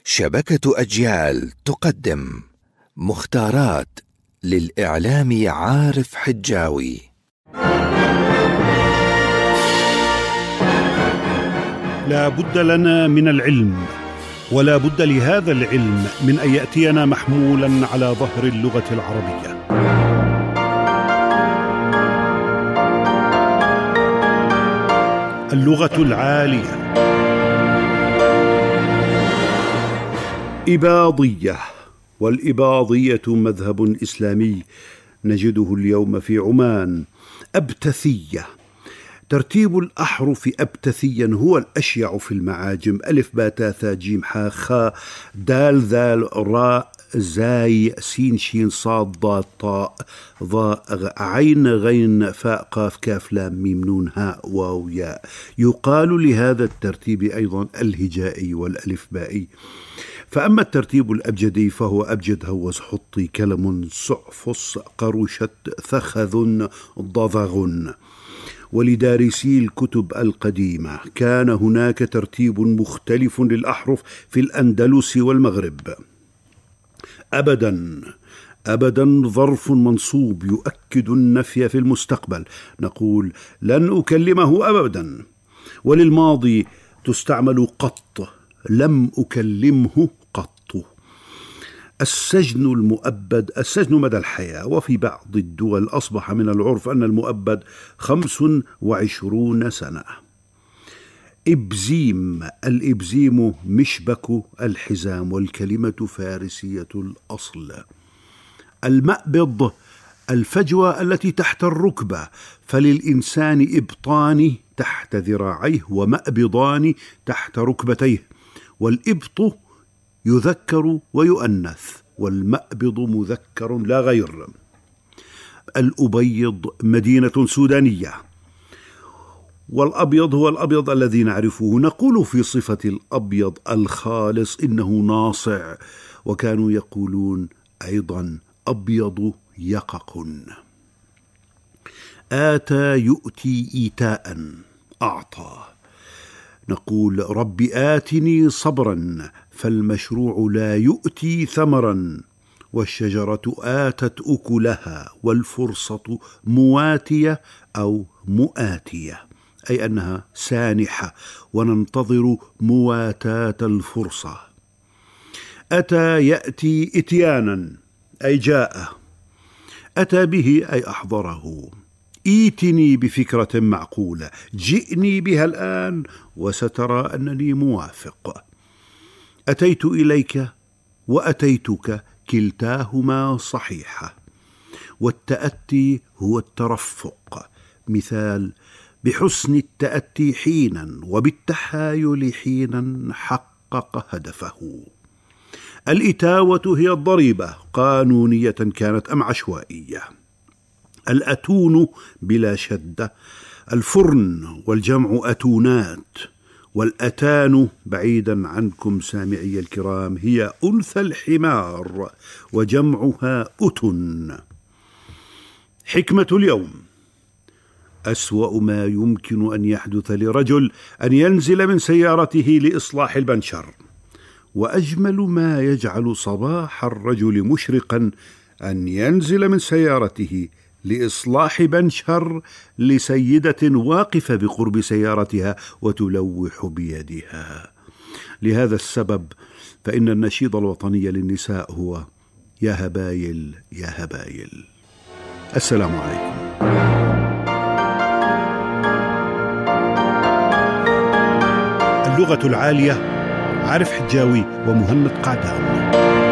شبكة أجيال تقدم مختارات للإعلامي عارف حجاوي. لا بد لنا من العلم، ولا بد لهذا العلم من أن يأتينا محمولا على ظهر اللغة العربية. اللغة العالية. إباضية، والإباضية مذهب إسلامي نجده اليوم في عمان. أبتثية، ترتيب الأحرف أبتثيا هو الأشيع في المعاجم: ألف باء تاء ثاء جيم حاء خاء دال ذال راء زاي سين شين صاد ضاد طاء ظاء عين غين فاء قاف كاف لام ميم نون هاء واو ياء. يقال لهذا الترتيب أيضا الهجائي والألف بائي. فأما الترتيب الأبجدي فهو أبجد هوز حطي كلم صعفص قروشت ثخذ ضضغ. ولدارسي الكتب القديمة كان هناك ترتيب مختلف للأحرف في الأندلس والمغرب. أبدا ظرف منصوب يؤكد النفي في المستقبل، نقول لن أكلمه أبدا. وللماضي تستعمل قط، لم أكلمه قط. السجن المؤبد، السجن مدى الحياة، وفي بعض الدول أصبح من العرف أن المؤبد 25 سنة. إبزيم، الإبزيم مشبك الحزام، والكلمة فارسية الأصل. المأبض، الفجوة التي تحت الركبة، فللإنسان إبطان تحت ذراعيه ومأبضان تحت ركبتيه، والإبط يذكر ويؤنث، والمأبض مذكر لا غير. الأبيض مدينة سودانية، والأبيض هو الأبيض الذي نعرفه. نقول في صفة الأبيض الخالص إنه ناصع، وكانوا يقولون أيضا أبيض يقق. آتى يؤتي إيتاء، أعطى. نقول رب آتني صبرا، فالمشروع لا يؤتي ثمرا. والشجرة آتت أكلها، والفرصة مواتية أو مؤاتية، أي أنها سانحة وننتظر مواتاة الفرصة. أتى يأتي إتيانا، أي جاء. أتى به أي أحضره. إيتني بفكرة معقولة، جئني بها الآن وسترى أنني موافق. أتيت إليك وأتيتك، كلتاهما صحيحة. والتأتي هو الترفق. مثال: بحسن التأتي حينا، وبالتحايل حينا حقق هدفه. الإتاوة هي الضريبة، قانونية كانت أم عشوائية. الأتون بلا شدة. الفرن، والجمع أتونات. والأتان بعيدا عنكم سامعي الكرام هي أنثى الحمار، وجمعها أتن. حكمة اليوم: أسوأ ما يمكن أن يحدث لرجل أن ينزل من سيارته لإصلاح البنشر، وأجمل ما يجعل صباح الرجل مشرقا أن ينزل من سيارته لإصلاح بنشر لسيدة واقفة بقرب سيارتها وتلوح بيدها. لهذا السبب فإن النشيد الوطني للنساء هو يا هبايل يا هبايل. السلام عليكم. اللغة العالية، عارف حجاوي ومهند قعدان.